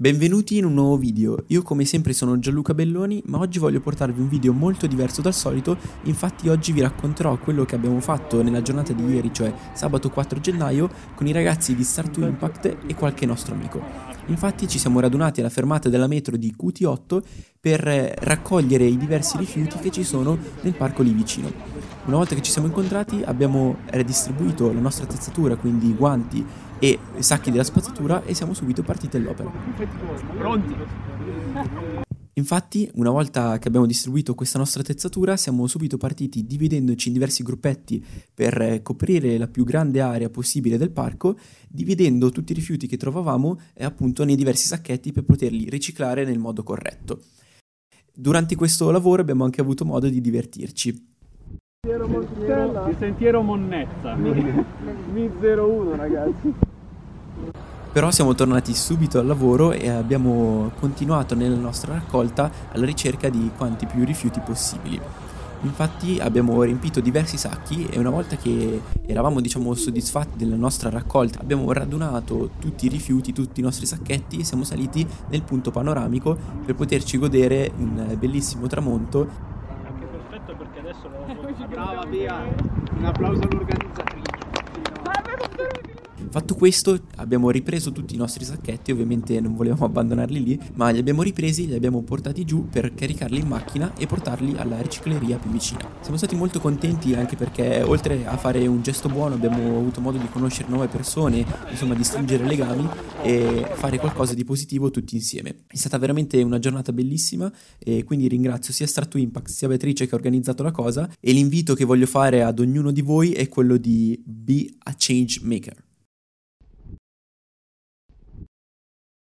Benvenuti in un nuovo video. Io come sempre sono Gianluca Belloni, ma oggi voglio portarvi un video molto diverso dal solito. Infatti oggi vi racconterò quello che abbiamo fatto nella giornata di ieri, cioè sabato 4 gennaio, con i ragazzi di Start to Impact e qualche nostro amico. Infatti ci siamo radunati alla fermata della metro di QT8 per raccogliere i diversi rifiuti che ci sono nel parco lì vicino. Una volta che ci siamo incontrati abbiamo redistribuito la nostra attrezzatura, quindi guanti e sacchi della spazzatura, e siamo subito partiti all'opera. Pronti? Infatti, una volta che abbiamo distribuito questa nostra attrezzatura, siamo subito partiti dividendoci in diversi gruppetti per coprire la più grande area possibile del parco, dividendo tutti i rifiuti che trovavamo appunto nei diversi sacchetti per poterli riciclare nel modo corretto. Durante questo lavoro abbiamo anche avuto modo di divertirci. Di Sentiero Monnezza. Mi 01 ragazzi. Però siamo tornati subito al lavoro e abbiamo continuato nella nostra raccolta alla ricerca di quanti più rifiuti possibili. Infatti abbiamo riempito diversi sacchi e una volta che eravamo soddisfatti della nostra raccolta abbiamo radunato tutti i rifiuti, tutti i nostri sacchetti, e siamo saliti nel punto panoramico per poterci godere un bellissimo tramonto. Anche perfetto perché adesso Brava via. Un applauso all'organizzatrice. Fatto questo abbiamo ripreso tutti i nostri sacchetti, ovviamente non volevamo abbandonarli lì, ma li abbiamo ripresi, li abbiamo portati giù per caricarli in macchina e portarli alla ricicleria più vicina. Siamo stati molto contenti anche perché oltre a fare un gesto buono abbiamo avuto modo di conoscere nuove persone, insomma di stringere legami e fare qualcosa di positivo tutti insieme. È stata veramente una giornata bellissima e quindi ringrazio sia Start to Impact sia Beatrice che ha organizzato la cosa, e l'invito che voglio fare ad ognuno di voi è quello di be a change maker.